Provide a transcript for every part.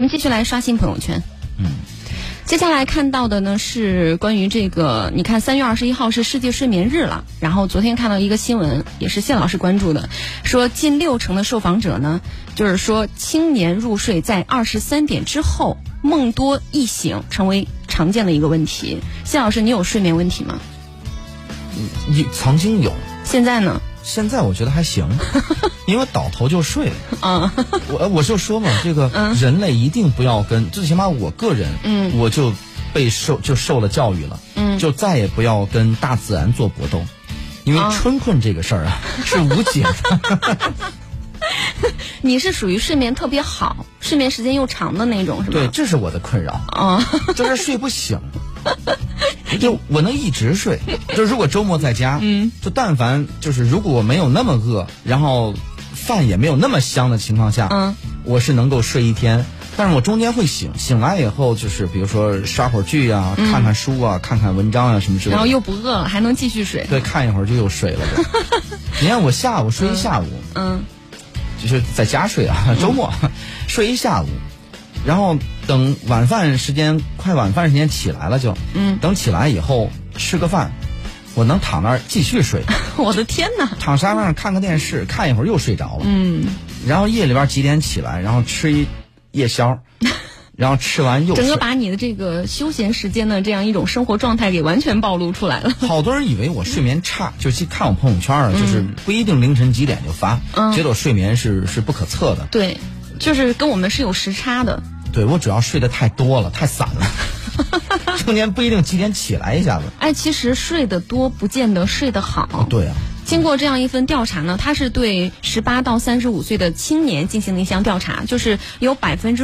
我们继续来刷新朋友圈。接下来看到的呢是关于这个，你看3月21号是世界睡眠日了，然后昨天看到一个新闻，也是谢老师关注的，说近60%的受访者呢，就是说青年入睡在23点之后，梦多易醒成为常见的一个问题。谢老师，你有睡眠问题吗？ 曾经有， 现在呢？ 现在我觉得还行，因为倒头就睡。我就说嘛，这个人类一定不要跟，最起码我个人，我就受了教育了，就再也不要跟大自然做搏斗，因为春困这个事儿啊是无解的。 你是属于睡眠特别好、睡眠时间又长的那种，是吧？ 对，这是我的困扰。就是睡不醒。就我能一直睡，就如果周末在家，就但凡就是如果我没有那么饿，然后饭也没有那么香的情况下，我是能够睡一天。但是我中间会醒来以后，就是比如说刷会儿剧啊，看看书啊，看看文章啊什么之类的， 然后又不饿了，还能继续睡。 对，看一会儿就又睡了。你看我下午睡一下午，就是在家睡啊，周末睡一下午。然后等快晚饭时间起来了就，等起来以后吃个饭，我能躺那儿继续睡。 我的天哪！ 躺沙发上看个电视，看一会儿又睡着了。然后夜里边几点起来，然后吃一夜宵，然后吃完又睡。 整个把你的这个休闲时间的这样一种生活状态给完全暴露出来了。 好多人以为我睡眠差，就去看我朋友圈啊，就是不一定凌晨几点就发，觉得我睡眠是不可测的。 对，就是跟我们是有时差的。 对，我主要睡得太多了，太散了，中间不一定几点起来一下子。 其实睡得多不见得睡得好。 对啊。 经过这样一份调查呢，它是对18到35岁的青年进行了一项调查，就是有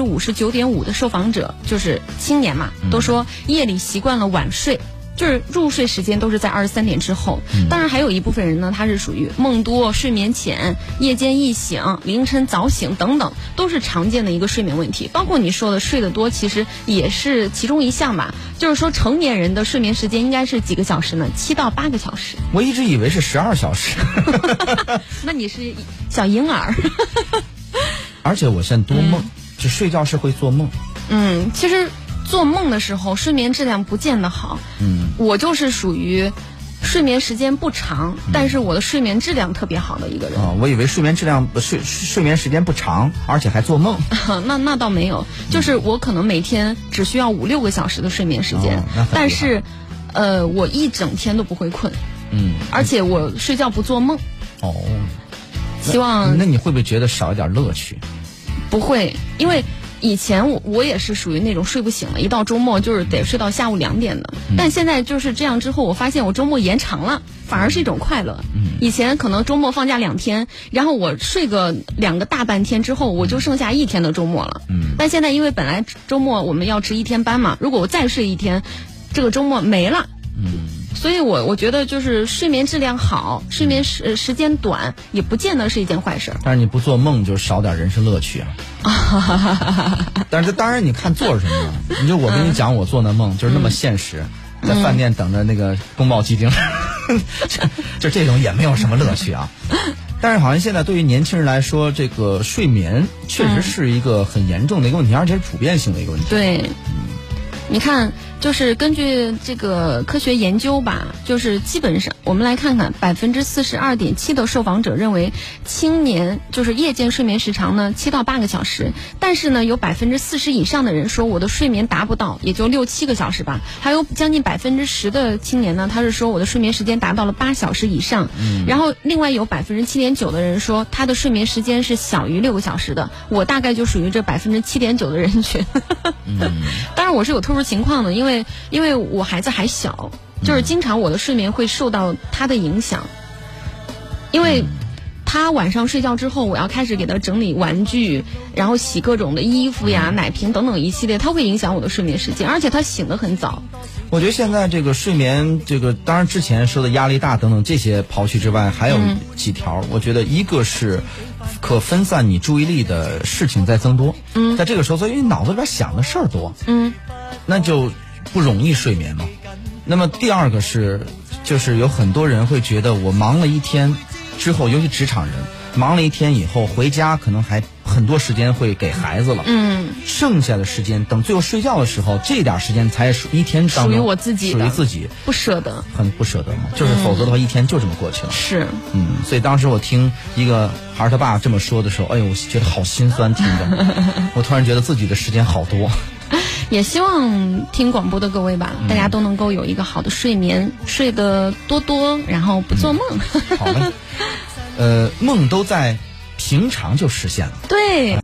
59.5%的受访者，就是青年嘛，都说夜里习惯了晚睡。就是入睡时间都是在23点之后，当然还有一部分人呢，他是属于梦多、睡眠浅、夜间易醒、凌晨早醒等等，都是常见的一个睡眠问题。包括你说的睡得多，其实也是其中一项吧。就是说成年人的睡眠时间应该是几个小时呢？7到8个小时。 我一直以为是12小时。 那你是小婴儿。 而且我现在多梦，就睡觉是会做梦。 其实做梦的时候睡眠质量不见得好。我就是属于睡眠时间不长，但是我的睡眠质量特别好的一个人。 我以为睡眠时间不长，而且还做梦。 那倒没有，就是我可能每天只需要5-6个小时的睡眠时间，但是我一整天都不会困。而且我睡觉不做梦。希望。 那你会不会觉得少一点乐趣？ 不会，因为以前我也是属于那种睡不醒了，一到周末就是得睡到下午2点的。但现在就是这样之后，我发现我周末延长了，反而是一种快乐。以前可能周末放假2天，然后我睡个2个大半天之后，我就剩下1天的周末了。但现在因为本来周末我们要值1天班嘛，如果我再睡1天，这个周末没了。所以我觉得就是睡眠质量好，睡眠时间短，也不见得是一件坏事。 但是你不做梦就少点人生乐趣啊。但是当然你看做什么，你就我跟你讲，我做那梦就是那么现实，在饭店等着那个宫保鸡丁，就这种也没有什么乐趣啊。但是好像现在对于年轻人来说，这个睡眠确实是一个很严重的一个问题，而且是普遍性的一个问题。 对。你看，就是根据这个科学研究吧，就是基本上我们来看看，42.7%的受访者认为青年就是夜间睡眠时长呢7到8个小时，但是呢有40%以上的人说我的睡眠达不到，也就6-7个小时吧。还有将近10%的青年呢，他是说我的睡眠时间达到了8小时以上。然后另外有7.9%的人说他的睡眠时间是小于6个小时的，我大概就属于这7.9%的人群。当然我是有特殊情况的，因为我孩子还小，就是经常我的睡眠会受到他的影响，因为他晚上睡觉之后，我要开始给他整理玩具，然后洗各种的衣服呀、奶瓶等等一系列，他会影响我的睡眠时间，而且他醒得很早。 我觉得现在这个睡眠，这个当然之前说的压力大等等这些刨去之外，还有几条。我觉得一个是可分散你注意力的事情在增多。在这个时候，所以你脑子里边想的事儿多，那就不容易睡眠嘛。那么第二个是，就是有很多人会觉得我忙了一天之后，尤其职场人忙了一天以后回家可能还很很多时间会给孩子了，剩下的时间等最后睡觉的时候，这点时间才是一天当中属于我自己的， 属于自己， 不舍得， 很不舍得嘛，就是否则的话一天就这么过去了。 是， 所以当时我听一个孩儿他爸这么说的时候，哎呦，我觉得好心酸，听着，我突然觉得自己的时间好多。 也希望听广播的各位吧，大家都能够有一个好的睡眠，睡得多多，然后不做梦。 好嘞，梦都在平常就实现了。 对。